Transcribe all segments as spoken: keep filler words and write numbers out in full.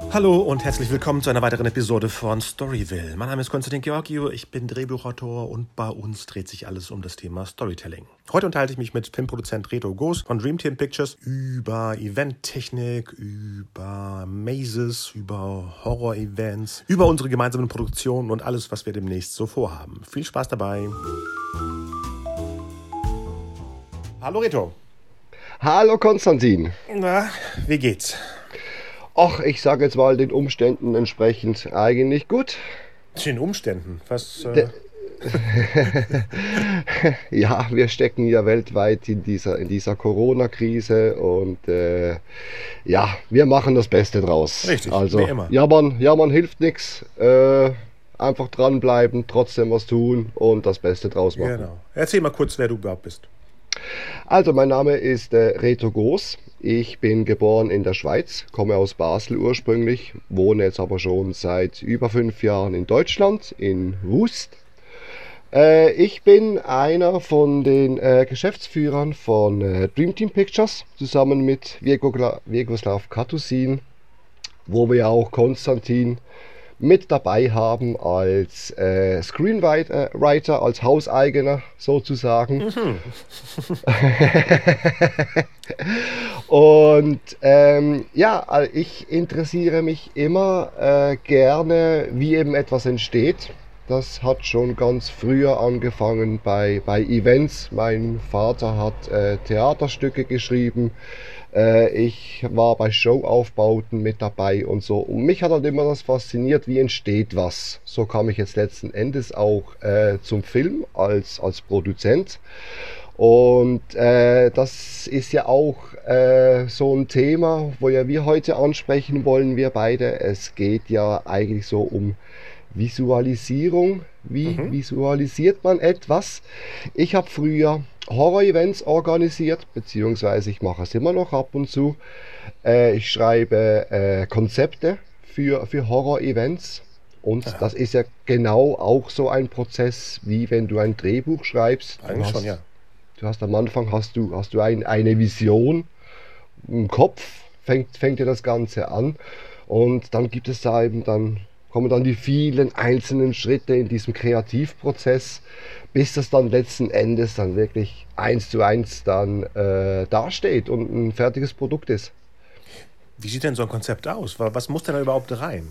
Hallo und herzlich willkommen zu einer weiteren Episode von Storyville. Mein Name ist Konstantin Georgiou, ich bin Drehbuchautor und bei uns dreht sich alles um das Thema Storytelling. Heute unterhalte ich mich mit Filmproduzent Reto Goos von Dream Team Pictures über Eventtechnik, über Mazes, über Horror-Events, über unsere gemeinsamen Produktionen und alles, was wir demnächst so vorhaben. Viel Spaß dabei. Hallo Reto. Hallo Konstantin. Na, wie geht's? Ach, ich sage jetzt mal den Umständen entsprechend eigentlich gut. Den Umständen? Was? Äh... ja, wir stecken ja weltweit in dieser, in dieser Corona-Krise und äh, ja, wir machen das Beste draus. Richtig, also, wie immer. Ja, man, ja, man hilft nichts. Äh, einfach dranbleiben, trotzdem was tun und das Beste draus machen. Genau. Erzähl mal kurz, wer du überhaupt bist. Also, mein Name ist äh, Reto Goos. Ich bin geboren in der Schweiz, komme aus Basel ursprünglich, wohne jetzt aber schon seit über fünf Jahren in Deutschland, in Rust. Äh, ich bin einer von den äh, Geschäftsführern von äh, Dream Team Pictures, zusammen mit Vjekoslav Katusin, wo wir auch Konstantin mit dabei haben als äh, Screenwriter, als Hauseigener sozusagen. Mhm. Und ähm, ja, ich interessiere mich immer äh, gerne, wie eben etwas entsteht. Das hat schon ganz früher angefangen bei, bei Events. Mein Vater hat äh, Theaterstücke geschrieben. Äh, ich war bei Showaufbauten mit dabei und so. Und mich hat halt immer das fasziniert, wie entsteht was. So kam ich jetzt letzten Endes auch äh, zum Film als, als Produzent. Und äh, das ist ja auch äh, so ein Thema, wo ja wir heute ansprechen wollen, wir beide. Es geht ja eigentlich so um Visualisierung. Wie mhm. visualisiert man etwas? Ich habe früher Horror-Events organisiert, beziehungsweise ich mache es immer noch ab und zu. Äh, ich schreibe äh, Konzepte für, für Horror-Events. Und ja. das ist ja genau auch so ein Prozess, wie wenn du ein Drehbuch schreibst. Eigentlich hast, schon, ja. Du hast am Anfang hast du, hast du ein, eine Vision im Kopf, fängt, fängt dir das Ganze an. Und dann gibt es da eben dann, kommen dann die vielen einzelnen Schritte in diesem Kreativprozess, bis das dann letzten Endes dann wirklich eins zu eins dann äh, dasteht und ein fertiges Produkt ist. Wie sieht denn so ein Konzept aus? Was muss denn da überhaupt rein?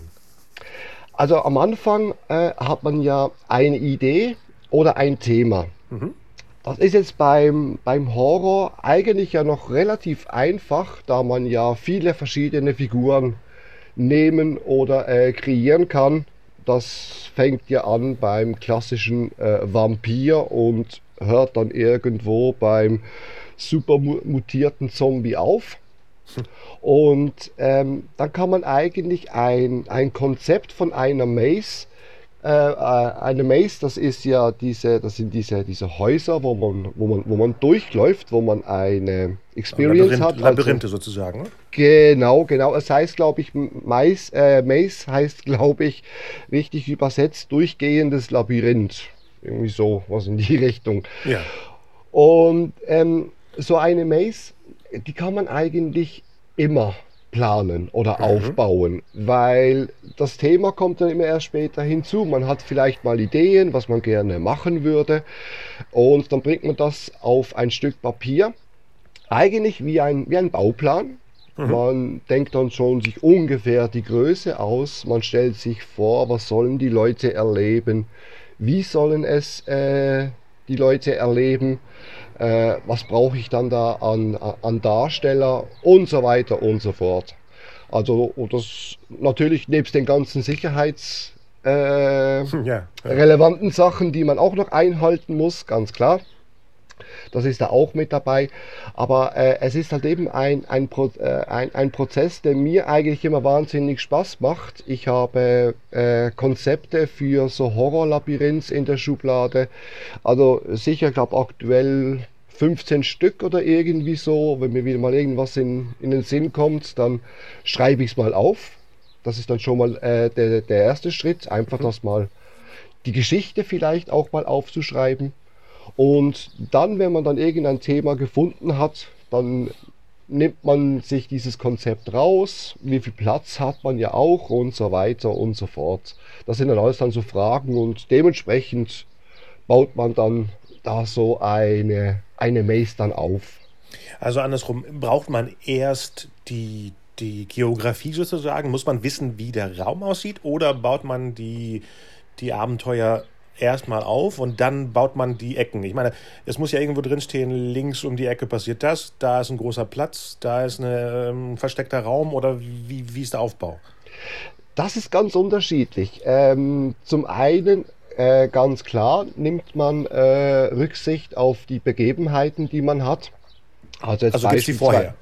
Also am Anfang äh, hat man ja eine Idee oder ein Thema. Mhm. Das ist jetzt beim, beim Horror eigentlich ja noch relativ einfach, da man ja viele verschiedene Figuren nehmen oder äh, kreieren kann. Das fängt ja an beim klassischen äh, Vampir und hört dann irgendwo beim super mutierten Zombie auf. Hm. Und ähm, dann kann man eigentlich ein, ein Konzept von einer Maze, äh, eine Maze, das ist ja diese, das sind diese, diese Häuser, wo man, wo man, wo man durchläuft, wo man eine Experience Labyrinth, hat. Labyrinthe also, sozusagen. Ne? Genau, genau. Es heißt, glaube ich, Maze, äh, Maze heißt, glaube ich, richtig übersetzt, durchgehendes Labyrinth. Irgendwie so, was in die Richtung. Ja. Und ähm, so eine Maze, die kann man eigentlich immer planen oder mhm. aufbauen, weil das Thema kommt dann immer erst später hinzu. Man hat vielleicht mal Ideen, was man gerne machen würde, und dann bringt man das auf ein Stück Papier, eigentlich wie ein, wie ein Bauplan. Mhm. Man denkt dann schon sich ungefähr die Größe aus, man stellt sich vor, was sollen die Leute erleben, wie sollen es äh, die Leute erleben, Äh, was brauche ich dann da an, an Darsteller und so weiter und so fort. Also und das natürlich nebst den ganzen Sicherheits äh, ja, ja. relevanten Sachen, die man auch noch einhalten muss, ganz klar. Das ist da auch mit dabei. Aber äh, es ist halt eben ein, ein, Pro, äh, ein, ein Prozess, der mir eigentlich immer wahnsinnig Spaß macht. Ich habe äh, Konzepte für so Horror-Labyrinths in der Schublade. Also sicher, glaube aktuell fünfzehn Stück oder irgendwie so. Wenn mir wieder mal irgendwas in, in den Sinn kommt, dann schreibe ich es mal auf. Das ist dann schon mal äh, der, der erste Schritt. Einfach mhm. das mal, die Geschichte vielleicht auch mal aufzuschreiben. Und dann, wenn man dann irgendein Thema gefunden hat, dann nimmt man sich dieses Konzept raus, wie viel Platz hat man ja auch und so weiter und so fort. Das sind dann alles dann so Fragen und dementsprechend baut man dann da so eine, eine Maze dann auf. Also andersrum, braucht man erst die, die Geografie sozusagen? Muss man wissen, wie der Raum aussieht? Oder baut man die, die Abenteuer erstmal auf und dann baut man die Ecken? Ich meine, es muss ja irgendwo drinstehen, links um die Ecke passiert das, da ist ein großer Platz, da ist eine, ein versteckter Raum, oder wie, wie ist der Aufbau? Das ist ganz unterschiedlich. Ähm, zum einen, äh, ganz klar, nimmt man äh, Rücksicht auf die Begebenheiten, die man hat. Also, jetzt Also gibt es die vorher?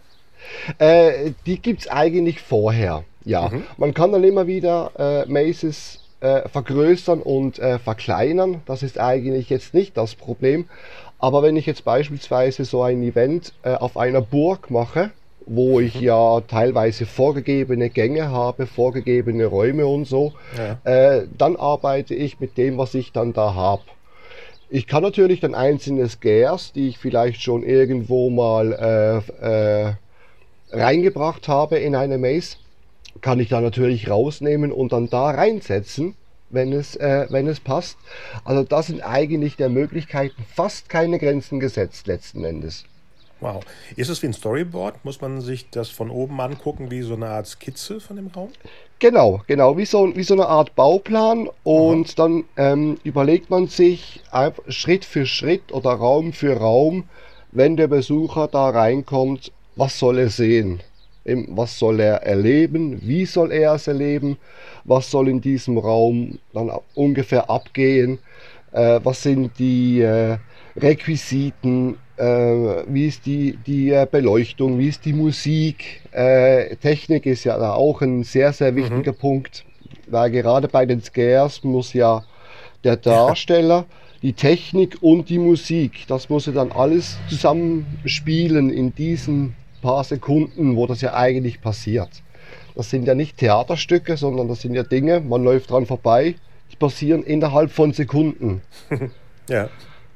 Äh, die gibt es eigentlich vorher, ja. Mhm. Man kann dann immer wieder äh, Mazes äh, vergrößern und äh, verkleinern. Das ist eigentlich jetzt nicht das Problem. Aber wenn ich jetzt beispielsweise so ein Event äh, auf einer Burg mache, wo ich ja teilweise vorgegebene Gänge habe, vorgegebene Räume und so, Ja. äh, dann arbeite ich mit dem, was ich dann da habe. Ich kann natürlich dann einzelne Scares, die ich vielleicht schon irgendwo mal äh, äh, reingebracht habe in eine Maze, kann ich da natürlich rausnehmen und dann da reinsetzen, wenn es, äh, wenn es passt. Also da sind eigentlich der Möglichkeiten fast keine Grenzen gesetzt letzten Endes. Wow. Ist es wie ein Storyboard? Muss man sich das von oben angucken, wie so eine Art Skizze von dem Raum? Genau, genau, wie so, wie so eine Art Bauplan und Aha. dann ähm, überlegt man sich einfach Schritt für Schritt oder Raum für Raum, wenn der Besucher da reinkommt, was soll er sehen? Im- Was soll er erleben? Wie soll er es erleben? Was soll in diesem Raum dann ungefähr abgehen? Äh, was sind die äh, Requisiten? Äh, wie ist die, die äh, Beleuchtung? Wie ist die Musik? Äh, Technik ist ja da auch ein sehr, sehr Mhm. wichtiger Punkt, weil gerade bei den Scares muss ja der Ja. Darsteller, die Technik und die Musik, das muss ja dann alles zusammenspielen in diesen paar Sekunden, wo das ja eigentlich passiert. Das sind ja nicht Theaterstücke, sondern das sind ja Dinge, man läuft dran vorbei, die passieren innerhalb von Sekunden. Ja.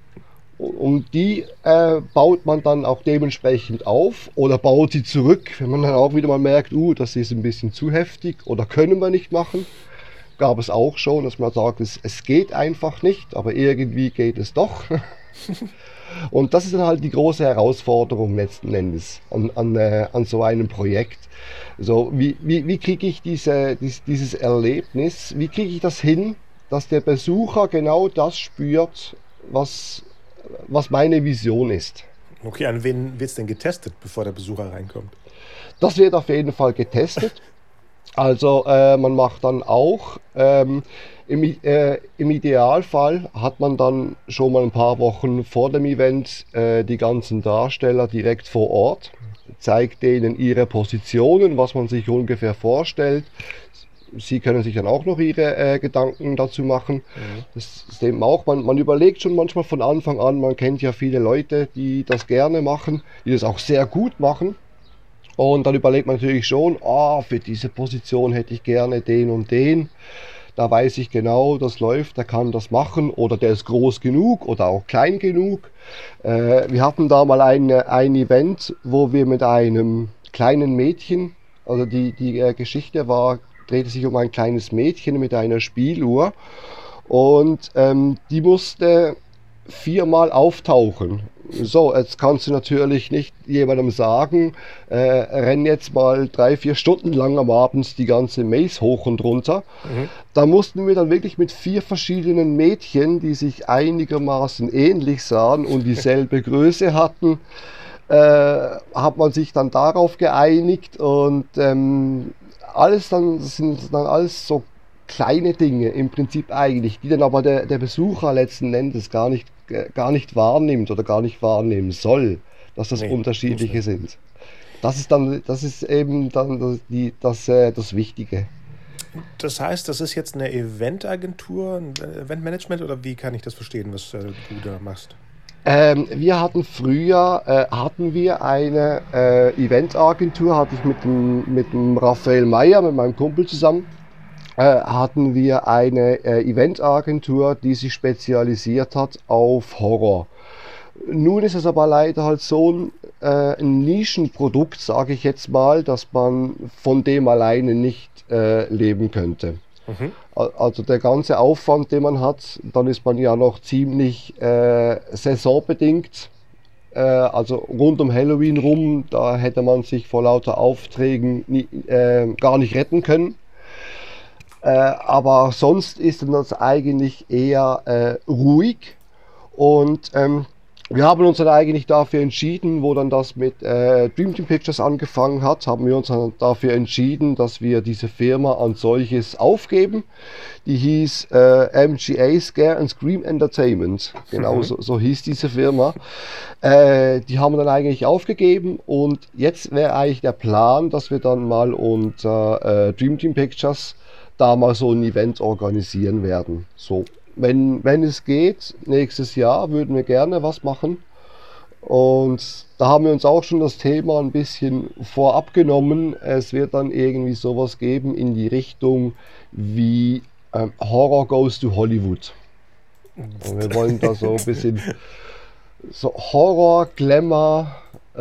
Und die äh, baut man dann auch dementsprechend auf oder baut sie zurück, wenn man dann auch wieder mal merkt, uh, das ist ein bisschen zu heftig oder können wir nicht machen. Gab es auch schon, dass man sagt, es, es geht einfach nicht, aber irgendwie geht es doch. Und das ist dann halt die große Herausforderung letzten Endes an, an, äh, an so einem Projekt. So, wie, wie, wie kriege ich diese, dies, dieses Erlebnis, wie kriege ich das hin, dass der Besucher genau das spürt, was, was meine Vision ist. Okay, an wen wird es denn getestet, bevor der Besucher reinkommt? Das wird auf jeden Fall getestet. Also äh, man macht dann auch, ähm, im, I- äh, im Idealfall hat man dann schon mal ein paar Wochen vor dem Event äh, die ganzen Darsteller direkt vor Ort, zeigt denen ihre Positionen, was man sich ungefähr vorstellt. Sie können sich dann auch noch ihre äh, Gedanken dazu machen. Mhm. Das ist eben auch, man, man überlegt schon manchmal von Anfang an, man kennt ja viele Leute, die das gerne machen, die das auch sehr gut machen. Und dann überlegt man natürlich schon, ah, für diese Position hätte ich gerne den und den. Da weiß ich genau, das läuft, der kann das machen oder der ist groß genug oder auch klein genug. Äh, wir hatten da mal ein, ein Event, wo wir mit einem kleinen Mädchen, also die, die äh, Geschichte war, drehte sich um ein kleines Mädchen mit einer Spieluhr und ähm, die musste viermal auftauchen. So, jetzt kannst du natürlich nicht jemandem sagen, äh, renn jetzt mal drei, vier Stunden lang am Abend die ganze Maze hoch und runter. Mhm. Da mussten wir dann wirklich mit vier verschiedenen Mädchen, die sich einigermaßen ähnlich sahen und dieselbe Größe hatten, äh, hat man sich dann darauf geeinigt und ähm, alles dann, das sind dann alles so kleine Dinge im Prinzip eigentlich, die dann aber der, der Besucher letzten Endes gar nicht, äh, gar nicht wahrnimmt oder gar nicht wahrnehmen soll, dass das Nee, muss unterschiedliche nicht. sind. Das ist dann, das ist eben dann das, die, das, äh, das Wichtige. Das heißt, das ist jetzt eine Eventagentur, ein Eventmanagement, oder wie kann ich das verstehen, was äh, du da machst? Ähm, wir hatten früher, äh, hatten wir eine äh, Eventagentur, hatte ich mit dem, mit dem Raphael Meyer, mit meinem Kumpel zusammen, äh, hatten wir eine äh, Eventagentur, die sich spezialisiert hat auf Horror. Nun ist es aber leider halt so, äh, ein Nischenprodukt, sage ich jetzt mal, dass man von dem alleine nicht äh, leben könnte. Mhm. Also der ganze Aufwand, den man hat, dann ist man ja noch ziemlich äh, saisonbedingt. Äh, also rund um Halloween rum, da hätte man sich vor lauter Aufträgen nie, äh, gar nicht retten können. Äh, aber sonst ist das eigentlich eher äh, ruhig. Und ähm, wir haben uns dann eigentlich dafür entschieden, wo dann das mit äh, Dream Team Pictures angefangen hat, haben wir uns dann dafür entschieden, dass wir diese Firma als solches aufgeben. Die hieß äh, M G A Scare and Scream Entertainment. Genau, mhm. so, so hieß diese Firma. Äh, die haben wir dann eigentlich aufgegeben und jetzt wäre eigentlich der Plan, dass wir dann mal unter äh, Dream Team Pictures da mal so ein Event organisieren werden. So. Wenn, wenn es geht, nächstes Jahr würden wir gerne was machen. Und da haben wir uns auch schon das Thema ein bisschen vorab genommen. Es wird dann irgendwie sowas geben in die Richtung wie ähm, Horror Goes to Hollywood. Und wir wollen da so ein bisschen so Horror, Glamour,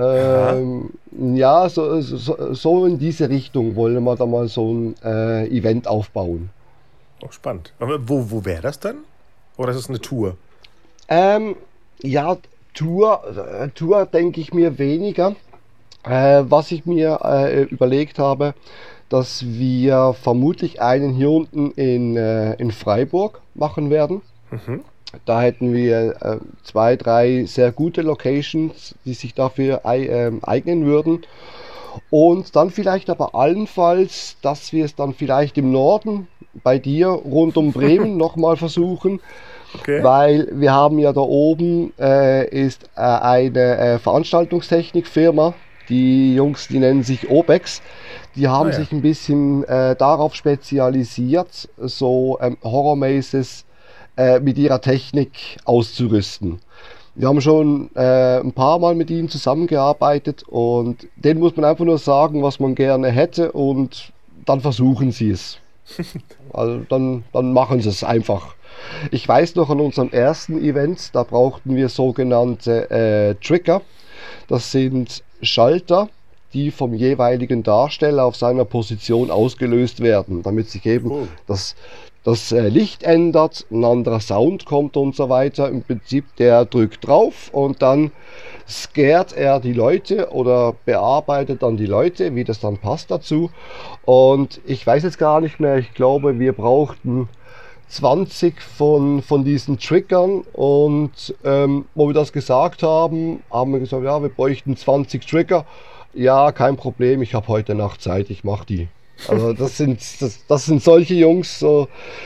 ähm, ja, so, so, so in diese Richtung wollen wir da mal so ein äh, Event aufbauen. Oh, spannend. Aber wo, wo wäre das dann? Oder ist es eine Tour? Ähm, ja, Tour, äh, Tour denke ich mir weniger. Äh, was ich mir äh, überlegt habe, dass wir vermutlich einen hier unten in, äh, in Freiburg machen werden. Mhm. Da hätten wir äh, zwei, drei sehr gute Locations, die sich dafür ei, äh, eignen würden. Und dann vielleicht aber allenfalls, dass wir es dann vielleicht im Norden bei dir rund um Bremen nochmal versuchen, okay. Weil wir haben ja da oben äh, ist äh, eine äh, Veranstaltungstechnikfirma, die Jungs, die nennen sich Obex, die haben ah, ja. sich ein bisschen äh, darauf spezialisiert, so ähm, Horror-Mazes äh, mit ihrer Technik auszurüsten. Wir haben schon äh, ein paar Mal mit ihnen zusammengearbeitet und denen muss man einfach nur sagen, was man gerne hätte und dann versuchen sie es. Also dann, dann machen sie es einfach. Ich weiß noch, an unserem ersten Event, da brauchten wir sogenannte äh, Trigger. Das sind Schalter, die vom jeweiligen Darsteller auf seiner Position ausgelöst werden, damit sich eben oh. das, das äh, Licht ändert, ein anderer Sound kommt und so weiter. Im Prinzip, der drückt drauf und dann scared er die Leute oder bearbeitet dann die Leute, wie das dann passt dazu. Und ich weiß jetzt gar nicht mehr, ich glaube, wir brauchten zwanzig von, von diesen Triggern und ähm, wo wir das gesagt haben, haben wir gesagt, ja, wir bräuchten zwanzig Trigger. Ja, kein Problem, ich habe heute Nacht Zeit, ich mache die. Also das sind, das, das sind solche Jungs, so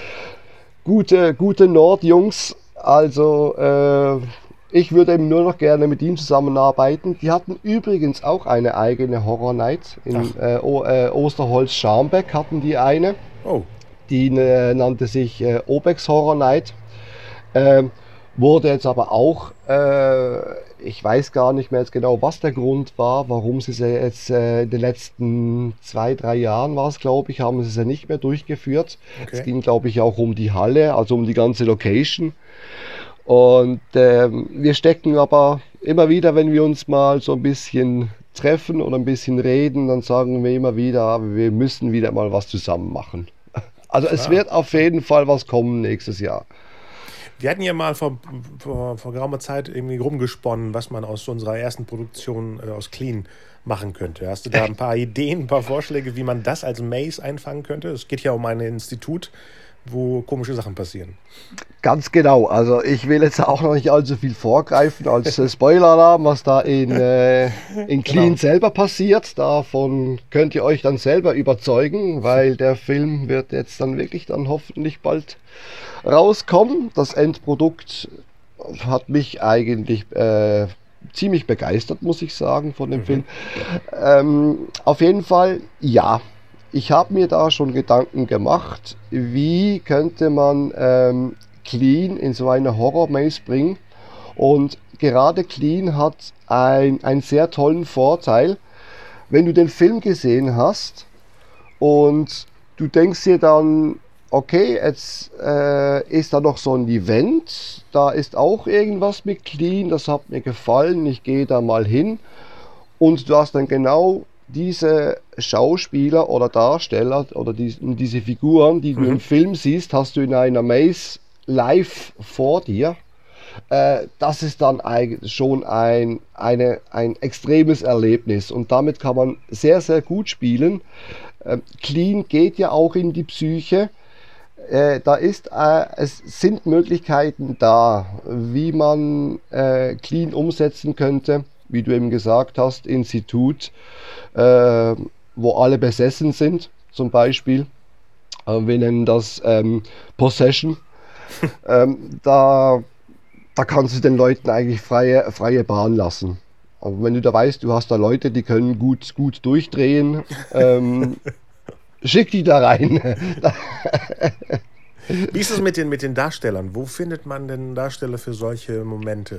gute, gute Nordjungs. Also äh, ich würde eben nur noch gerne mit ihm zusammenarbeiten. Die hatten übrigens auch eine eigene Horror Night. In äh, o, äh, Osterholz-Scharmbeck hatten die eine. Oh. Die äh, nannte sich äh, Obex Horror Night. Ähm, wurde jetzt aber auch, äh, ich weiß gar nicht mehr jetzt genau, was der Grund war, warum sie sie jetzt äh, in den letzten zwei, drei Jahren war es, glaube ich, haben sie sie nicht mehr durchgeführt. Okay. Es ging, glaube ich, auch um die Halle, also um die ganze Location. Und äh, wir stecken aber immer wieder, wenn wir uns mal so ein bisschen treffen oder ein bisschen reden, dann sagen wir immer wieder, wir müssen wieder mal was zusammen machen. Also es wird auf jeden Fall was kommen nächstes Jahr. Wir hatten ja mal vor, vor, vor geraumer Zeit irgendwie rumgesponnen, was man aus unserer ersten Produktion äh, aus Clean machen könnte. Hast du da ein paar Ideen, ein paar Vorschläge, wie man das als Maze einfangen könnte? Es geht ja um ein Institut, wo komische Sachen passieren. Ganz genau. Also ich will jetzt auch noch nicht allzu viel vorgreifen als äh, Spoiler-Alarm, was da in, äh, in Clean genau. selber passiert. Davon könnt ihr euch dann selber überzeugen, weil der Film wird jetzt dann wirklich dann hoffentlich bald rauskommen. Das Endprodukt hat mich eigentlich äh, ziemlich begeistert, muss ich sagen, von dem mhm. Film. Ähm, auf jeden Fall, ja. Ich habe mir da schon Gedanken gemacht, wie könnte man ähm, Clean in so eine Horror-Maze bringen. Und gerade Clean hat ein, einen sehr tollen Vorteil. Wenn du den Film gesehen hast und du denkst dir dann, okay, jetzt äh, ist da noch so ein Event, da ist auch irgendwas mit Clean, das hat mir gefallen, ich gehe da mal hin. und du hast dann genau diese Schauspieler oder Darsteller oder die, diese Figuren, die du Mhm. im Film siehst, hast du in einer Maze live vor dir. Äh, das ist dann eigentlich schon ein, eine, ein extremes Erlebnis und damit kann man sehr, sehr gut spielen. Ähm, Clean geht ja auch in die Psyche. Äh, da ist, äh, es sind Möglichkeiten da, wie man äh, Clean umsetzen könnte, wie du eben gesagt hast, Institut, äh, wo alle besessen sind, zum Beispiel. Äh, wir nennen das ähm, Possession. Ähm, da, da kannst du den Leuten eigentlich freie, freie Bahn lassen. Aber wenn du da weißt, du hast da Leute, die können gut, gut durchdrehen, ähm, schick die da rein. Wie ist es mit den, mit den Darstellern? Wo findet man denn Darsteller für solche Momente?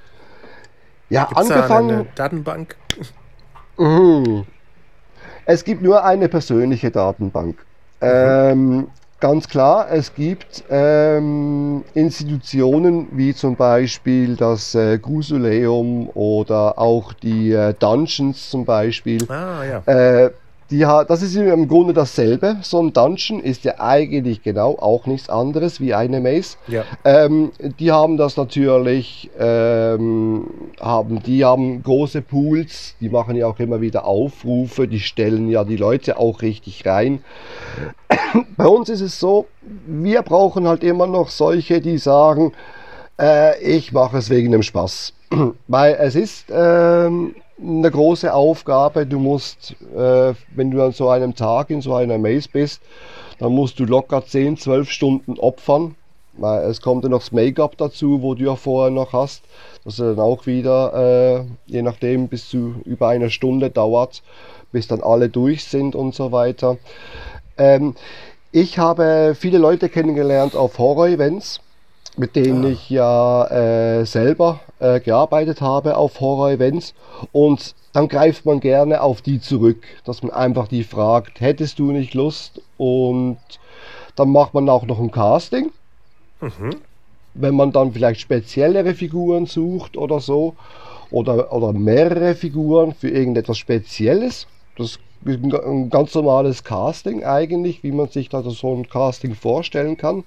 Ja, Gibt es da eine, eine angefangen. Datenbank? Mhm. Es gibt nur eine persönliche Datenbank. Mhm. Ähm, ganz klar, es gibt ähm, Institutionen wie zum Beispiel das äh, Grusuleum oder auch die äh, Dungeons zum Beispiel. Ah, ja. Äh, die ha das ist im Grunde dasselbe. So ein Dungeon ist ja eigentlich genau auch nichts anderes wie eine Maze. Ja. Ähm, die haben das natürlich, ähm, haben, die haben große Pools, die machen ja auch immer wieder Aufrufe, die stellen ja die Leute auch richtig rein. Bei uns ist es so, wir brauchen halt immer noch solche, die sagen, äh, ich mache es wegen dem Spaß. Weil es ist ähm, eine große Aufgabe. Du musst, äh, wenn du an so einem Tag in so einer Maze bist, dann musst du locker zehn, zwölf Stunden opfern. Weil es kommt ja noch das Make-up dazu, wo du ja vorher noch hast. Das dann auch wieder, äh, je nachdem, bis zu über eine Stunde dauert, bis dann alle durch sind und so weiter. Ähm, ich habe viele Leute kennengelernt auf Horror-Events, mit denen Ah. ich ja äh, selber äh, gearbeitet habe auf Horror-Events. Und dann greift man gerne auf die zurück, dass man einfach die fragt, hättest du nicht Lust? Und dann macht man auch noch ein Casting, Mhm. wenn man dann vielleicht speziellere Figuren sucht oder so. Oder, oder mehrere Figuren für irgendetwas Spezielles. Das ist ein, ein ganz normales Casting eigentlich, wie man sich da so ein Casting vorstellen kann.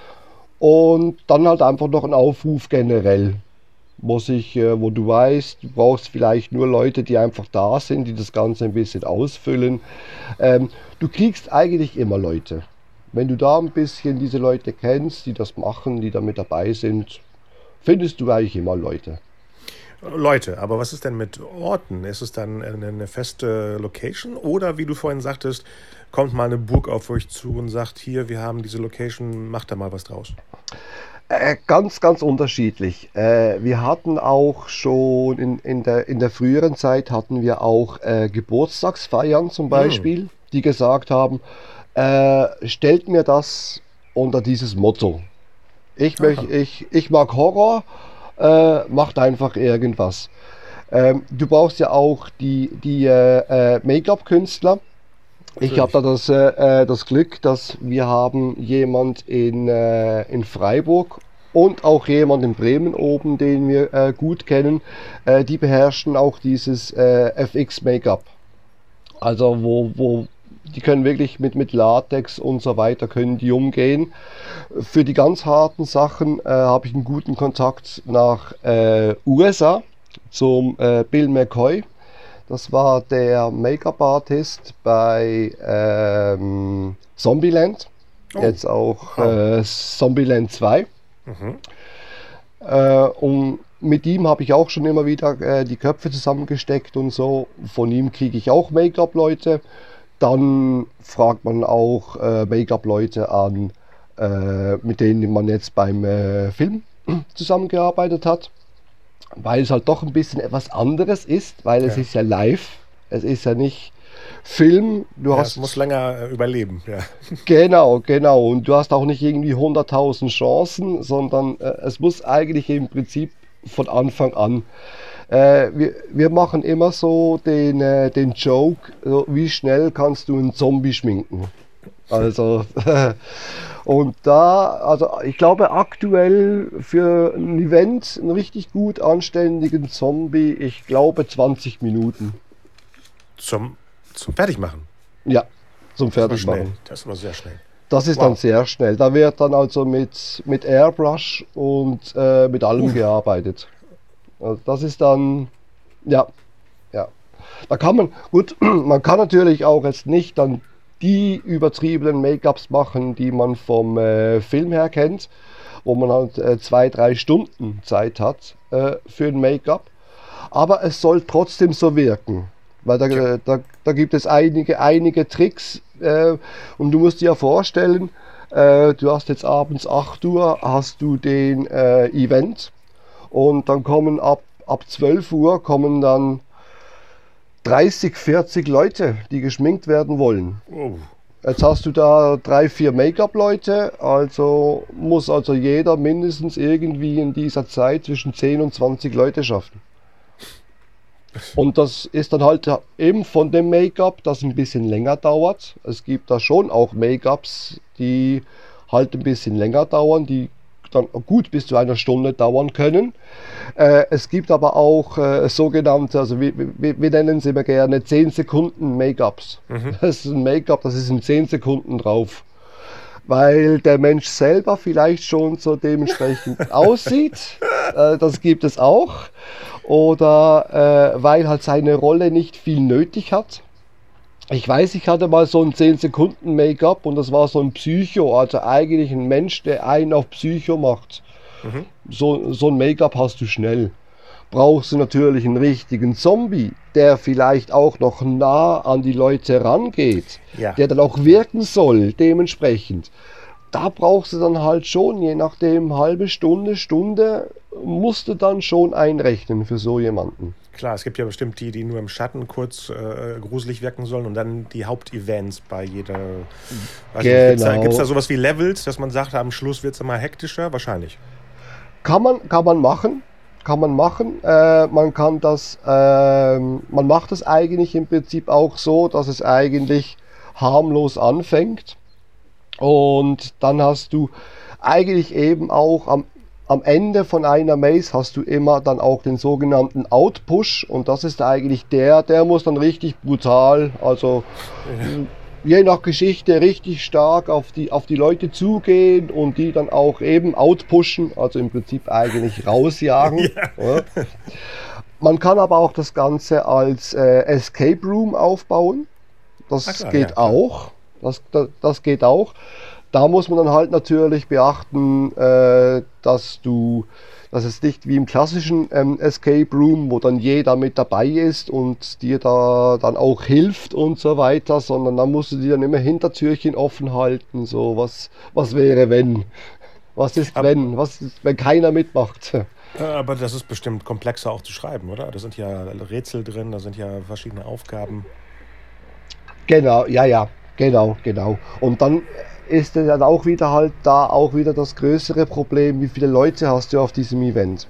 Und dann halt einfach noch ein Aufruf generell, wo, sich, äh, wo du weißt, du brauchst vielleicht nur Leute, die einfach da sind, die das Ganze ein bisschen ausfüllen. Ähm, du kriegst eigentlich immer Leute. Wenn du da ein bisschen diese Leute kennst, die das machen, die da mit dabei sind, findest du eigentlich immer Leute. Leute, aber was ist denn mit Orten? Ist es dann eine, eine feste Location? Oder wie du vorhin sagtest, kommt mal eine Burg auf euch zu und sagt, hier, wir haben diese Location, macht da mal was draus. Äh, ganz, ganz unterschiedlich. Äh, wir hatten auch schon in, in der, in der früheren Zeit hatten wir auch äh, Geburtstagsfeiern zum Hm. Beispiel, die gesagt haben, äh, stellt mir das unter dieses Motto. Ich, möch, Aha. ich, ich mag Horror, äh, macht einfach irgendwas. Ähm, du brauchst ja auch die, die äh, äh, Make-up-Künstler. Ich habe da Natürlich. das, äh, äh, das Glück, dass wir haben jemand in, äh, in Freiburg und auch jemand in Bremen oben, den wir äh, gut kennen. Äh, die beherrschen auch dieses äh, F X Make-up. Also wo, wo die können wirklich mit, mit Latex und so weiter können die umgehen. Für die ganz harten Sachen äh, habe ich einen guten Kontakt nach äh, U S A zum äh, Bill McCoy. Das war der Make-up-Artist bei ähm, Zombieland. Oh, Jetzt auch wow. äh, Zombieland zwei. Mhm. Äh, und mit ihm habe ich auch schon immer wieder äh, die Köpfe zusammengesteckt und so. Von ihm kriege ich auch Make-up-Leute. Dann fragt man auch äh, Make-up-Leute an, äh, mit denen man jetzt beim äh, Film zusammengearbeitet hat. Weil es halt doch ein bisschen etwas anderes ist, weil es Ja. ist ja live. Es ist ja nicht Film. Du Ja, es muss hast, länger äh, überleben. Ja. genau, genau. Und du hast auch nicht irgendwie hunderttausend Chancen, sondern äh, es muss eigentlich im Prinzip von Anfang an. Äh, wir, wir machen immer so den, äh, den Joke, so, wie schnell kannst du einen Zombie schminken? Also, und da, also ich glaube aktuell für ein Event einen richtig gut anständigen Zombie, ich glaube zwanzig Minuten. Zum, zum Fertigmachen? Ja, zum Das war Fertigmachen. schnell. Das war sehr schnell. Das ist dann Wow. sehr schnell. Da wird dann also mit, mit Airbrush und äh, mit allem Uh, gearbeitet. Also das ist dann, ja, ja. Da kann man, gut, man kann natürlich auch jetzt nicht dann die übertriebenen Make-ups machen, die man vom äh, Film her kennt, wo man halt äh, zwei, drei Stunden Zeit hat äh, für ein Make-up. Aber es soll trotzdem so wirken. Weil ja. da, da, da gibt es einige, einige Tricks äh, und du musst dir ja vorstellen, äh, du hast jetzt abends acht Uhr, hast du den äh, Event und dann kommen ab, ab zwölf Uhr kommen dann dreißig, vierzig Leute, die geschminkt werden wollen. Oh. Jetzt hast du da drei, vier Make-up-Leute, also muss also jeder mindestens irgendwie in dieser Zeit zwischen zehn und zwanzig Leute schaffen. Und das ist dann halt eben von dem Make-up, das ein bisschen länger dauert. Es gibt da schon auch Make-ups, die halt ein bisschen länger dauern, die dann gut bis zu einer Stunde dauern können. Äh, es gibt aber auch äh, sogenannte, also wir, wir, wir nennen sie immer gerne zehn Sekunden Make-ups. Mhm. Das ist ein Make-up, das ist in zehn Sekunden drauf. Weil der Mensch selber vielleicht schon so dementsprechend aussieht. Äh, das gibt es auch. Oder äh, weil halt seine Rolle nicht viel nötig hat. Ich weiß, ich hatte mal so ein zehn Sekunden Make-up und das war so ein Psycho, also eigentlich ein Mensch, der einen auf Psycho macht. Mhm. So, so ein Make-up hast du schnell. Brauchst du natürlich einen richtigen Zombie, der vielleicht auch noch nah an die Leute rangeht, Ja. der dann auch wirken soll, dementsprechend. Da brauchst du dann halt schon, je nachdem, halbe Stunde, Stunde, musst du dann schon einrechnen für so jemanden. Klar, es gibt ja bestimmt die, die nur im Schatten kurz äh, gruselig wirken sollen und dann die Hauptevents bei jeder. Weiß nicht, gibt's da, Genau. gibt's da sowas wie Levels, dass man sagt, am Schluss wird es immer hektischer? Wahrscheinlich. Kann man, kann man machen, kann man machen. Äh, man kann das, ähm, man macht es eigentlich im Prinzip auch so, dass es eigentlich harmlos anfängt. Und dann hast du eigentlich eben auch am, am Ende von einer Maze hast du immer dann auch den sogenannten Outpush und das ist eigentlich der, der muss dann richtig brutal, also je nach Geschichte richtig stark auf die, auf die Leute zugehen und die dann auch eben outpushen, also im Prinzip eigentlich rausjagen. Ja. Man kann aber auch das Ganze als äh, Escape Room aufbauen. Das Ah, klar, geht ja, klar. auch. Das, das, das geht auch. Da muss man dann halt natürlich beachten, äh, dass du, dass es nicht wie im klassischen ähm, Escape Room, wo dann jeder mit dabei ist und dir da dann auch hilft und so weiter, sondern dann musst du dir dann immer Hintertürchen offen halten. So, was, was wäre wenn? Was ist Ab- wenn? Was ist, wenn keiner mitmacht? Äh, Aber das ist bestimmt komplexer auch zu schreiben, oder? Da sind ja Rätsel drin, da sind ja verschiedene Aufgaben. Genau, ja, ja, genau, genau. Und dann ist dann auch wieder halt da auch wieder das größere Problem, wie viele Leute hast du auf diesem Event?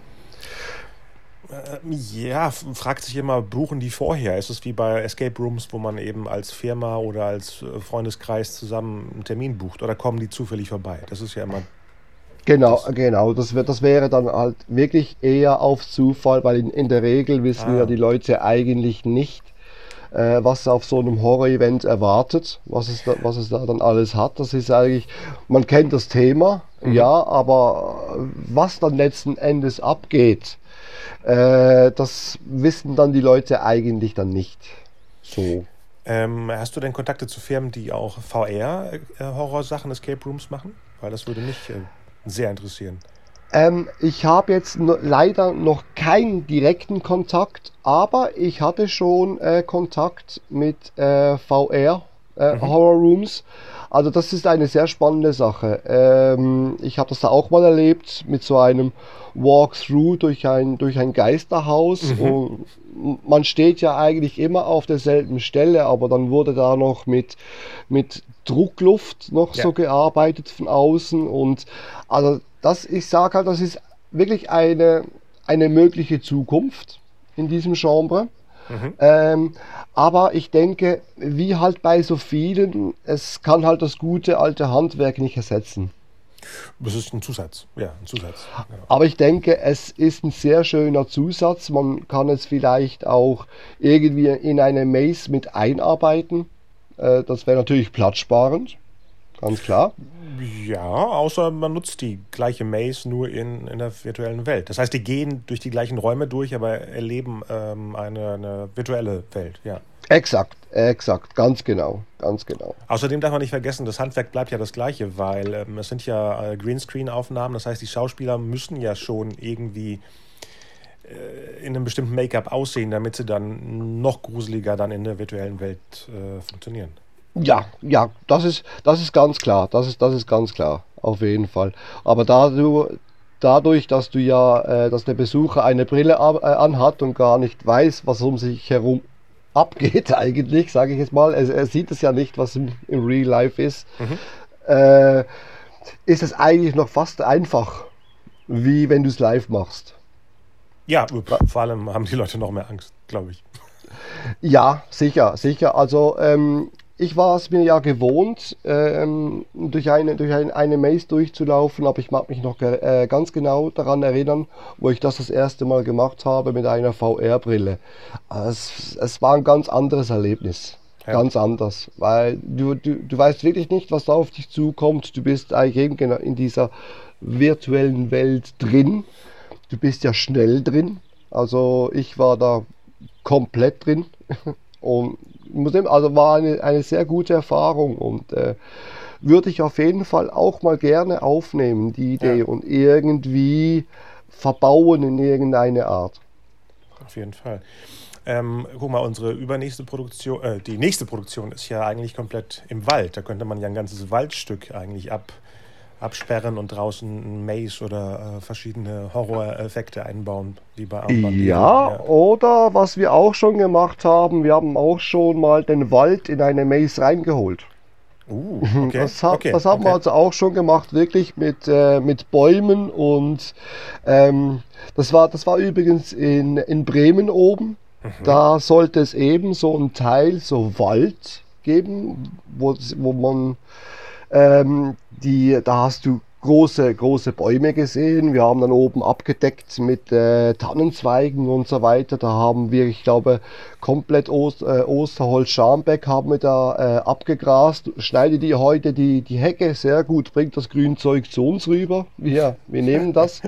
Äh, Ja, f- fragt sich immer, buchen die vorher? Ist es wie bei Escape Rooms, wo man eben als Firma oder als äh, Freundeskreis zusammen einen Termin bucht? Oder kommen die zufällig vorbei? Das ist ja immer Genau, das. genau, das wird, das wäre dann halt wirklich eher auf Zufall, weil in, in der Regel wissen ja Ah, die Leute eigentlich nicht, äh, was auf so einem Horror-Event erwartet, was es da, was es da dann alles hat. Das ist eigentlich, man kennt das Thema, mhm. ja, aber äh, was dann letzten Endes abgeht, äh, das wissen dann die Leute eigentlich dann nicht. So. Ähm, hast du denn Kontakte zu Firmen, die auch V R-Horrorsachen, Escape Rooms machen? Weil das würde mich äh, sehr interessieren. Ähm, ich habe jetzt no, leider noch keinen direkten Kontakt, aber ich hatte schon äh, Kontakt mit äh, V R äh, Mhm. Horror Rooms. Also das ist eine sehr spannende Sache. Ähm, ich habe das da auch mal erlebt mit so einem Walkthrough durch ein, durch ein Geisterhaus. Mhm. Und man steht ja eigentlich immer auf derselben Stelle, aber dann wurde da noch mit, mit Druckluft noch Ja. so gearbeitet von außen und also das, ich sage halt, das ist wirklich eine, eine mögliche Zukunft in diesem Genre. Mhm. Ähm, aber ich denke, wie halt bei so vielen, es kann halt das gute alte Handwerk nicht ersetzen. Das ist ein Zusatz, ja, ein Zusatz. Genau. Aber ich denke, es ist ein sehr schöner Zusatz. Man kann es vielleicht auch irgendwie in eine Maze mit einarbeiten. Äh, das wäre natürlich platzsparend, ganz klar. Ja, außer man nutzt die gleiche Maze nur in, in der virtuellen Welt. Das heißt, die gehen durch die gleichen Räume durch, aber erleben ähm, eine, eine virtuelle Welt, ja. Exakt, exakt, ganz genau, ganz genau. Außerdem darf man nicht vergessen, das Handwerk bleibt ja das gleiche, weil ähm, es sind ja äh, Greenscreen-Aufnahmen, das heißt, die Schauspieler müssen ja schon irgendwie äh, in einem bestimmten Make-up aussehen, damit sie dann noch gruseliger dann in der virtuellen Welt äh, funktionieren. Ja, ja, das ist, das ist ganz klar, das ist, das ist ganz klar, auf jeden Fall. Aber da du, dadurch, dass du ja, äh, dass der Besucher eine Brille ab, äh, anhat und gar nicht weiß, was um sich herum abgeht eigentlich, sage ich jetzt mal, er, er sieht es ja nicht, was im, im Real Life ist, Mhm. äh, ist es eigentlich noch fast einfach, wie wenn du es live machst. Ja, vor allem haben die Leute noch mehr Angst, glaube ich. Ja, sicher, sicher. Also ähm, ich war es mir ja gewohnt, ähm, durch eine, durch ein, eine Maze durchzulaufen, aber ich mag mich noch ge- äh, ganz genau daran erinnern, wo ich das das erste Mal gemacht habe mit einer V R-Brille. Es, es war ein ganz anderes Erlebnis. Ja. Ganz anders, weil du, du, du weißt wirklich nicht, was da auf dich zukommt. Du bist eigentlich eben genau in dieser virtuellen Welt drin. Du bist ja schnell drin. Also ich war da komplett drin. Und muss eben- also war eine, eine sehr gute Erfahrung und äh, würde ich auf jeden Fall auch mal gerne aufnehmen, die Idee, Ja. und irgendwie verbauen in irgendeine Art. Auf jeden Fall. Ähm, guck mal, unsere übernächste Produktion, äh, die nächste Produktion ist ja eigentlich komplett im Wald. Da könnte man ja ein ganzes Waldstück eigentlich ab, absperren und draußen ein Maze oder äh, verschiedene Horroreffekte einbauen, wie bei Armband. Ja, oder was wir auch schon gemacht haben, wir haben auch schon mal den Wald in eine Maze reingeholt. Uh, okay. Das, ha okay, das haben wir okay. also auch schon gemacht, wirklich mit, äh, mit Bäumen und ähm, das war, das war übrigens in, in Bremen oben. Da sollte es eben so einen Teil, so Wald geben, wo, wo man ähm, die, da hast du große, große Bäume gesehen. Wir haben dann oben abgedeckt mit äh, Tannenzweigen und so weiter. Da haben wir, ich glaube, komplett Ost, äh, Osterholz Scharmbeck haben wir da äh, abgegrast. Schneide die heute die, die Hecke sehr gut, bringt das Grünzeug zu uns rüber. Wir, wir nehmen das.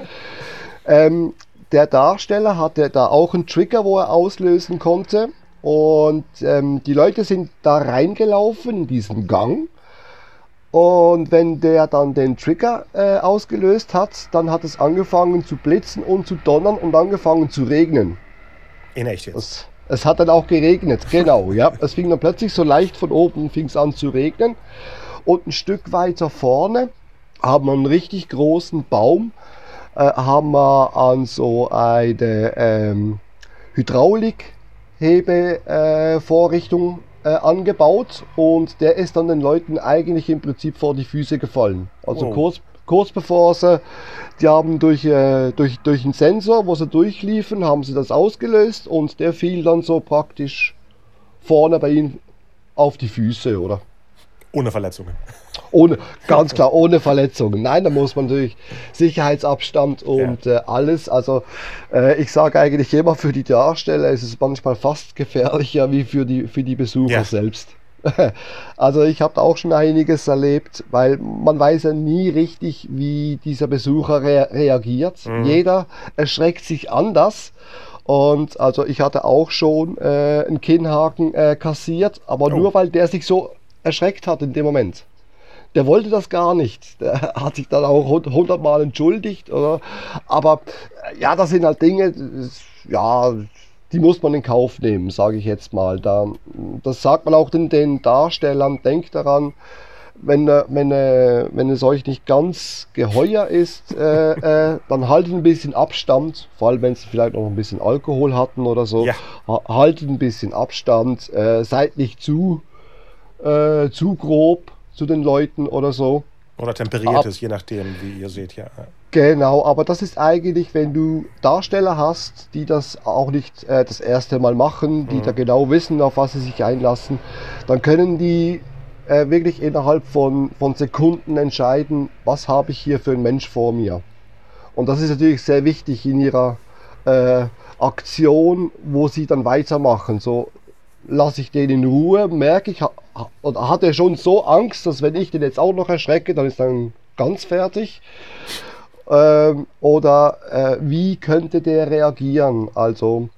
ähm, der Darsteller hatte da auch einen Trigger, wo er auslösen konnte. Und ähm, die Leute sind da reingelaufen in diesen Gang. Und wenn der dann den Trigger äh, ausgelöst hat, dann hat es angefangen zu blitzen und zu donnern und angefangen zu regnen. In echt jetzt. Es, es hat dann auch geregnet, genau, ja. Es fing dann plötzlich so leicht von oben, fing es an zu regnen. Und ein Stück weiter vorne haben wir einen richtig großen Baum, äh, haben wir an so eine ähm, Hydraulikhebevorrichtung äh, angebaut, und der ist dann den Leuten eigentlich im Prinzip vor die Füße gefallen. Also Oh. kurz, kurz bevor sie, die haben durch, äh, durch, durch einen Sensor, wo sie durchliefen, haben sie das ausgelöst, und der fiel dann so praktisch vorne bei ihnen auf die Füße, oder? Ohne Verletzungen. Ohne, ganz klar, ohne Verletzungen. Nein, da muss man natürlich Sicherheitsabstand und äh, alles. Also äh, ich sage eigentlich immer, für die Darsteller ist es manchmal fast gefährlicher wie für die, für die Besucher Ja. selbst. Also ich habe auch schon einiges erlebt, weil man weiß ja nie richtig, wie dieser Besucher rea reagiert. Mhm. Jeder erschreckt sich anders. Und also ich hatte auch schon äh, einen Kinnhaken äh, kassiert, aber Oh. nur weil der sich so erschreckt hat in dem Moment. Der wollte das gar nicht. Der hat sich dann auch hundertmal entschuldigt. Oder? Aber äh, ja, das sind halt Dinge, das- ja, die muss man in Kauf nehmen, sage ich jetzt mal. Da, das sagt man auch den, den Darstellern. Denkt daran, wenn, äh, wenn, äh, wenn es euch nicht ganz geheuer ist, äh, äh, dann haltet ein bisschen Abstand. Vor allem, wenn sie vielleicht noch ein bisschen Alkohol hatten oder so. Ja. Ha- Haltet ein bisschen Abstand. Äh, seid nicht zu, äh, zu grob zu den Leuten oder so. Oder temperiertes, je nachdem, wie ihr seht, ja. Genau, aber das ist eigentlich, wenn du Darsteller hast, die das auch nicht äh, das erste Mal machen, die Mhm. da genau wissen, auf was sie sich einlassen, dann können die äh, wirklich innerhalb von, von Sekunden entscheiden, was habe ich hier für einen Mensch vor mir. Und das ist natürlich sehr wichtig in ihrer äh, Aktion, wo sie dann weitermachen. So lasse ich den in Ruhe, merke ich, ha, oder hat er schon so Angst, dass wenn ich den jetzt auch noch erschrecke, dann ist er ganz fertig. Ähm, oder äh, wie könnte der reagieren? Also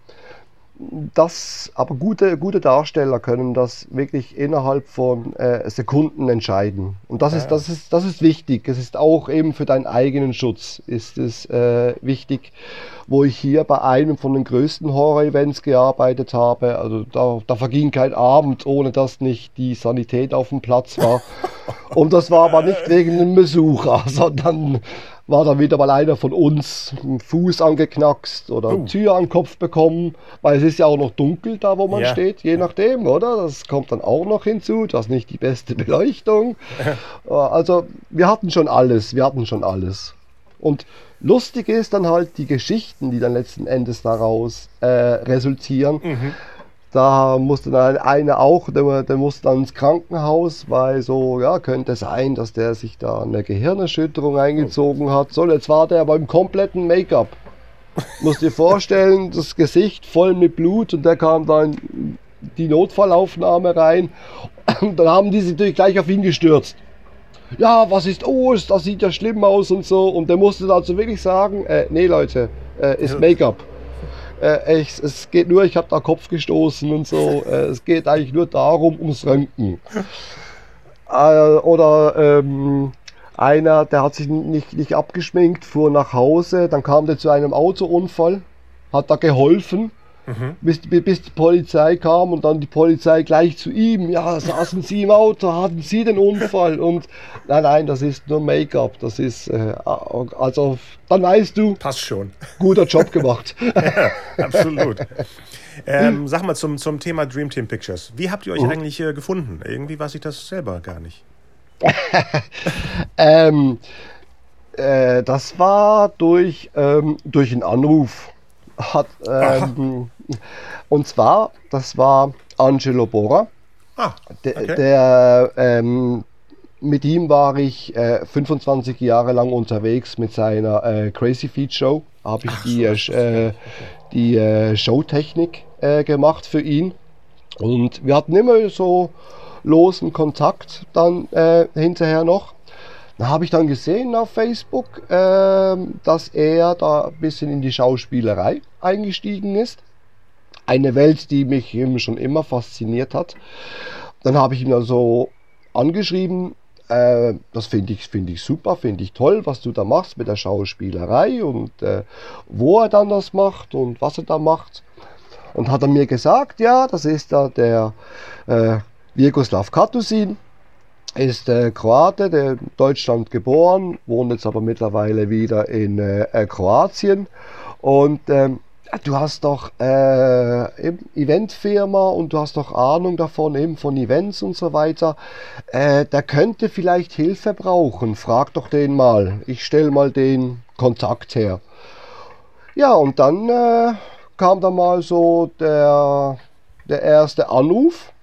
das, aber gute, gute Darsteller können das wirklich innerhalb von äh, Sekunden entscheiden. Und das, ja. ist, das, ist, das ist wichtig. Es ist auch eben für deinen eigenen Schutz ist es äh, wichtig, wo ich hier bei einem von den größten Horror-Events gearbeitet habe. Also da, da verging kein Abend, ohne dass nicht die Sanität auf dem Platz war. Und das war aber nicht wegen einem Besucher, sondern war dann wieder mal einer von uns einen Fuß angeknackst oder eine Tür an den Kopf bekommen, weil es ist ja auch noch dunkel da, wo man ja. steht, je nachdem, oder? Das kommt dann auch noch hinzu, du hast nicht die beste Beleuchtung. Also wir hatten schon alles, wir hatten schon alles. Und lustig ist dann halt die Geschichten, die dann letzten Endes daraus äh, resultieren. Mhm. Da musste dann einer auch, der, der musste dann ins Krankenhaus, weil so, ja, könnte sein, dass der sich da eine Gehirnerschütterung eingezogen hat. So, jetzt war der aber im kompletten Make-up. Musst dir vorstellen, das Gesicht voll mit Blut und der kam dann in die Notfallaufnahme rein. Und dann haben die sich natürlich gleich auf ihn gestürzt. Ja, was ist, oh, das sieht ja schlimm aus und so. Und der musste dazu wirklich sagen, äh, nee Leute, äh, ist Make-up. Äh, ich, es geht nur, ich habe da Kopf gestoßen und so. Äh, es geht eigentlich nur darum, ums Röntgen. Äh, oder ähm, einer, der hat sich nicht, nicht abgeschminkt, fuhr nach Hause, dann kam der zu einem Autounfall, hat da geholfen, mhm. bis, bis die Polizei kam und dann die Polizei gleich zu ihm. Ja, saßen Sie im Auto, hatten Sie den Unfall? Und nein, nein, das ist nur Make-up. Das ist, äh, also, dann weißt du, passt schon. Guter Job gemacht. Ja, absolut. Ähm, sag mal zum, zum Thema Dream Team Pictures. Wie habt ihr euch mhm. eigentlich äh, gefunden? Irgendwie weiß ich das selber gar nicht. ähm, äh, das war durch, ähm, durch einen Anruf. Hat, ähm, und zwar, das war Angelo Borra. Ah, okay. der, der ähm, mit ihm war ich äh, fünfundzwanzig Jahre lang unterwegs mit seiner äh, Crazy Feet Show. Habe ich Ach, die, so, äh, okay. die äh, Showtechnik äh, gemacht für ihn. Und wir hatten immer so losen Kontakt dann äh, hinterher noch. Da habe ich dann gesehen auf Facebook, äh, dass er da ein bisschen in die Schauspielerei eingestiegen ist. Eine Welt, die mich eben schon immer fasziniert hat. Dann habe ich ihn also angeschrieben, äh, das finde ich, find ich super, finde ich toll, was du da machst mit der Schauspielerei und äh, wo er dann das macht und was er da macht. Und hat er mir gesagt, ja, das ist da der äh, Vjekoslav Katusin. Ist äh, Kroate, der in Deutschland geboren, wohnt jetzt aber mittlerweile wieder in äh, Kroatien. Und ähm, du hast doch äh, Eventfirma und du hast doch Ahnung davon, eben von Events und so weiter. Äh, der könnte vielleicht Hilfe brauchen. Frag doch den mal. Ich stelle mal den Kontakt her. Ja, und dann äh, kam da mal so der, der erste Anruf.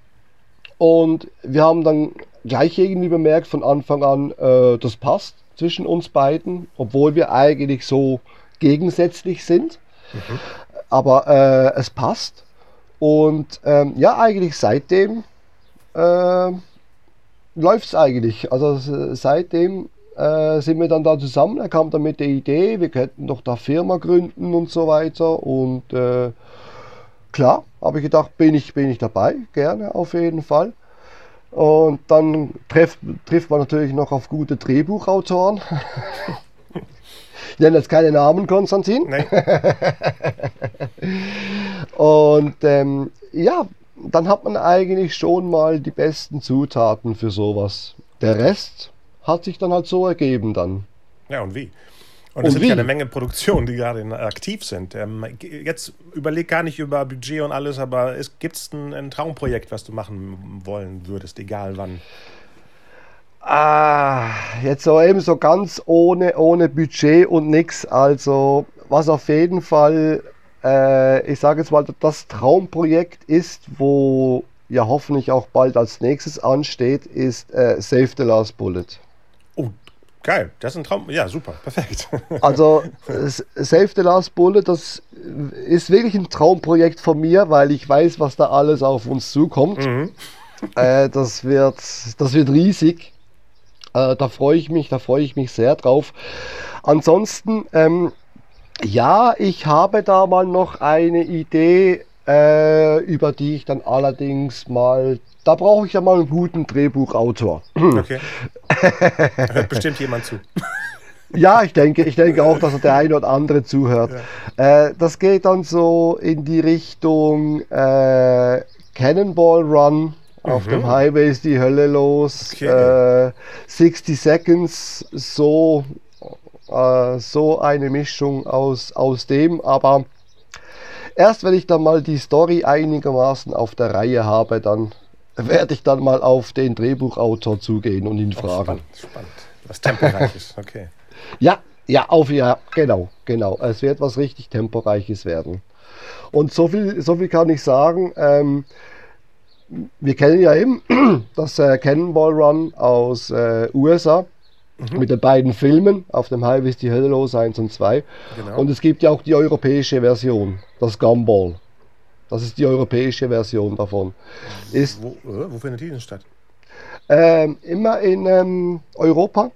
Und wir haben dann gleich irgendwie bemerkt von Anfang an, äh, das passt zwischen uns beiden, obwohl wir eigentlich so gegensätzlich sind. Mhm. Aber äh, es passt. Und ähm, ja, eigentlich seitdem äh, läuft es eigentlich. Also seitdem äh, sind wir dann da zusammen. Er kam dann mit der Idee, wir könnten doch da Firma gründen und so weiter. Und äh, klar, habe ich gedacht, bin ich, bin ich dabei, gerne auf jeden Fall. Und dann trifft, trifft man natürlich noch auf gute Drehbuchautoren. Ich nenne jetzt keine Namen, Konstantin. Nein. Und ähm, ja, dann hat man eigentlich schon mal die besten Zutaten für sowas. Der Rest hat sich dann halt so ergeben dann. Ja, und wie? Und es sind ja eine Menge Produktionen, die gerade aktiv sind. Ähm, jetzt überleg gar nicht über Budget und alles, aber gibt es ein, ein Traumprojekt, was du machen wollen würdest, egal wann? Ah, jetzt so eben so ganz ohne, ohne Budget und nix. Also was auf jeden Fall, äh, ich sage jetzt mal, das Traumprojekt ist, wo ja hoffentlich auch bald als nächstes ansteht, ist äh, Save the Last Bullet. Oh, geil. Das ist ein Traum. Ja, super. Perfekt. Also Save the Last Bullet, das ist wirklich ein Traumprojekt von mir, weil ich weiß, was da alles auf uns zukommt. Mhm. Äh, das wird, das wird riesig. Äh, da freue ich mich, da freue ich mich sehr drauf. Ansonsten, ähm, ja, ich habe da mal noch eine Idee, äh, über die ich dann allerdings mal, da brauche ich ja mal einen guten Drehbuchautor. Okay. Da hört bestimmt jemand zu. Ja, ich denke, ich denke auch, dass der eine oder andere zuhört. Ja. Äh, das geht dann so in die Richtung äh, Cannonball Run. Auf mhm. dem Highway ist die Hölle los. Okay. Äh, sixty Seconds, so, äh, so eine Mischung aus, aus dem. Aber erst wenn ich dann mal die Story einigermaßen auf der Reihe habe, dann werde ich dann mal auf den Drehbuchautor zugehen und ihn oh, fragen. Spannend, spannend. Was Temporeiches, okay. Ja, ja, auf, ja, genau, genau. Es wird was richtig Temporeiches werden. Und so viel, so viel kann ich sagen. Ähm, wir kennen ja eben das äh, Cannonball Run aus äh, U S A mhm. mit den beiden Filmen. Auf dem Highway ist die Hölle los, eins und zwei. Genau. Und es gibt ja auch die europäische Version, das Gumball. Das ist die europäische Version davon. Ist, wo, äh, wo findet die denn statt? Ähm, immer in ähm, Europa.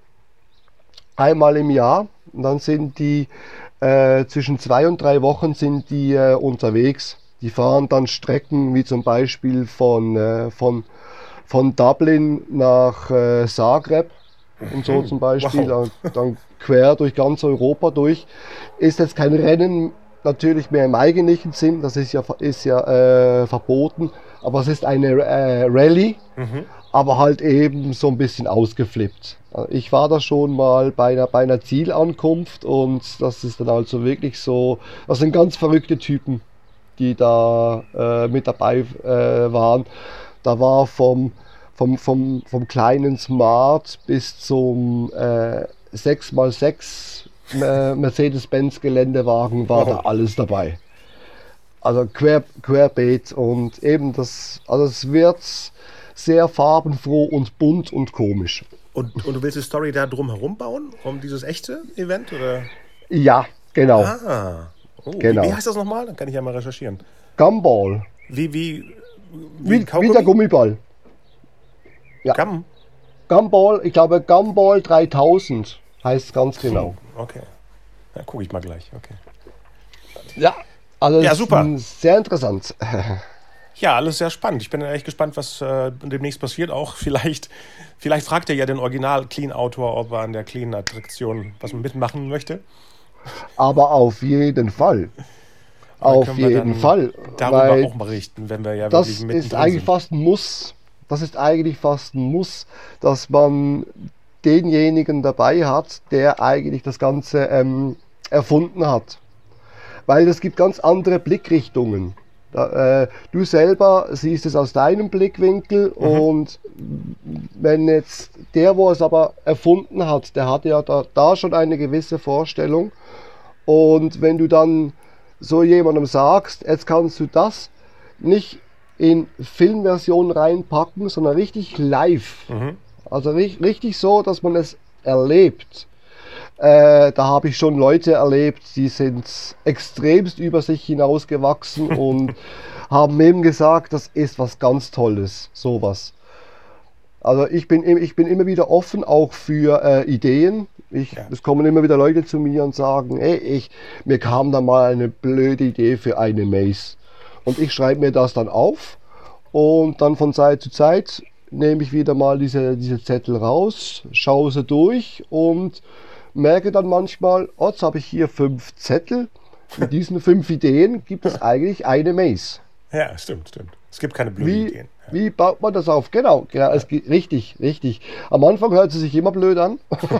Einmal im Jahr. Und dann sind die äh, zwischen zwei und drei Wochen sind die äh, unterwegs. Die fahren dann Strecken wie zum Beispiel von, äh, von, von Dublin nach äh, Zagreb und so zum Beispiel. Wow. Dann, dann quer durch ganz Europa durch. Ist jetzt kein Rennen natürlich mehr im eigentlichen Sinn, das ist ja, ist ja äh, verboten, aber es ist eine äh, Rallye, mhm. aber halt eben so ein bisschen ausgeflippt. Ich war da schon mal bei einer, bei einer Zielankunft und das ist dann also wirklich so, das sind ganz verrückte Typen, die da äh, mit dabei äh, waren. Da war vom, vom, vom, vom kleinen Smart bis zum äh, sechs mal sechs Mercedes-Benz Geländewagen war oh. da alles dabei. Also quer, querbeet und eben das, also es wird sehr farbenfroh und bunt und komisch. Und, und du willst die Story da drum herum bauen, um dieses echte Event, oder? Ja, genau. Ah, oh, genau. Wie, wie heißt das nochmal? Dann kann ich ja mal recherchieren. Gumball. Wie, wie, wie, wie, wie der Gummiball. Ja. Gum? Gumball, ich glaube Gumball dreitausend heißt es ganz genau. Okay. Ja, gucke ich mal gleich. Okay. Ja, also ja, super. Sehr interessant. Ja, alles sehr spannend. Ich bin echt gespannt, was äh, demnächst passiert. Auch vielleicht, vielleicht fragt er ja den Original-Clean-Autor, ob er an der Clean-Attraktion was mitmachen möchte. Aber auf jeden Fall. Auf jeden Fall. Darüber auch berichten, wenn wir ja das wirklich mittendrin ist eigentlich sind. fast ein Muss. Das ist eigentlich fast ein Muss, dass man denjenigen dabei hat, der eigentlich das Ganze ähm, erfunden hat. Weil es gibt ganz andere Blickrichtungen. Da, äh, du selber siehst es aus deinem Blickwinkel mhm. und wenn jetzt der, wo es aber erfunden hat, der hatte ja da, da schon eine gewisse Vorstellung und wenn du dann so jemandem sagst, jetzt kannst du das nicht in Filmversion reinpacken, sondern richtig live. Mhm. Also richtig so, dass man es erlebt. Äh, da habe ich schon Leute erlebt, die sind extremst über sich hinausgewachsen und haben eben gesagt, das ist was ganz Tolles, sowas. Also ich bin, ich bin immer wieder offen, auch für äh, Ideen. Ich, ja. Es kommen immer wieder Leute zu mir und sagen, ey, ich, mir kam da mal eine blöde Idee für eine Maze. Und ich schreibe mir das dann auf und dann von Zeit zu Zeit nehme ich wieder mal diese, diese Zettel raus, schaue sie durch und merke dann manchmal, oh, jetzt habe ich hier fünf Zettel. Mit diesen fünf Ideen gibt es eigentlich eine Maze. Ja, stimmt, stimmt. Es gibt keine blöden wie, Ideen. Ja. Wie baut man das auf? Genau, genau ja. es geht, richtig, richtig. Am Anfang hört es sich immer blöd an,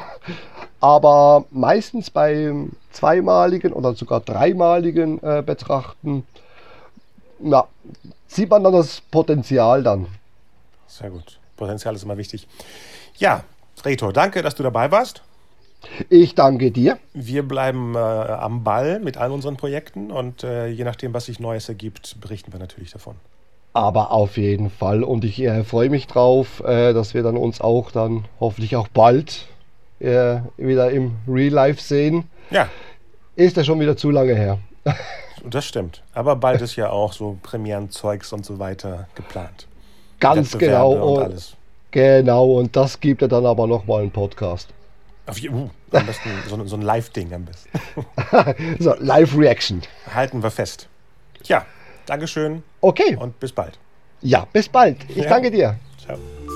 aber meistens beim zweimaligen oder sogar dreimaligen äh, Betrachten ja, sieht man dann das Potenzial dann. Sehr gut. Potenzial ist immer wichtig. Ja, Reto, danke, dass du dabei warst. Ich danke dir. Wir bleiben äh, am Ball mit all unseren Projekten und äh, je nachdem, was sich Neues ergibt, berichten wir natürlich davon. Aber auf jeden Fall. Und ich äh, freue mich drauf, äh, dass wir dann uns auch dann hoffentlich auch bald äh, wieder im Real Life sehen. Ja. Ist ja schon wieder zu lange her. Das stimmt. Aber bald ist ja auch so Premierenzeugs und so weiter geplant. Ganz genau. Und Und, alles. genau. Und das gibt ja dann aber nochmal einen Podcast. Auf, uh, am besten so, so ein Live-Ding am besten. So, Live-Reaction. Halten wir fest. Ja, Dankeschön. Okay. Und bis bald. Ja, bis bald. Ich Ja. danke dir. Ciao.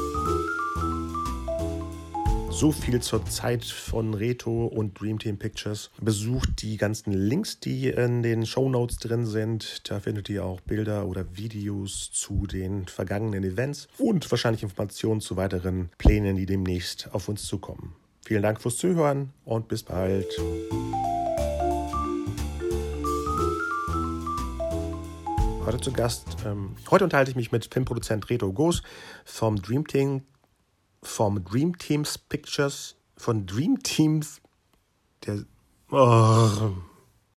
So viel zur Zeit von Reto und Dream Team Pictures. Besucht die ganzen Links, die in den Shownotes drin sind. Da findet ihr auch Bilder oder Videos zu den vergangenen Events und wahrscheinlich Informationen zu weiteren Plänen, die demnächst auf uns zukommen. Vielen Dank fürs Zuhören und bis bald. Heute zu Gast, ähm, heute unterhalte ich mich mit Filmproduzent Reto Goos vom Dream Team, vom Dream Teams Pictures, von Dream Teams, der, oh,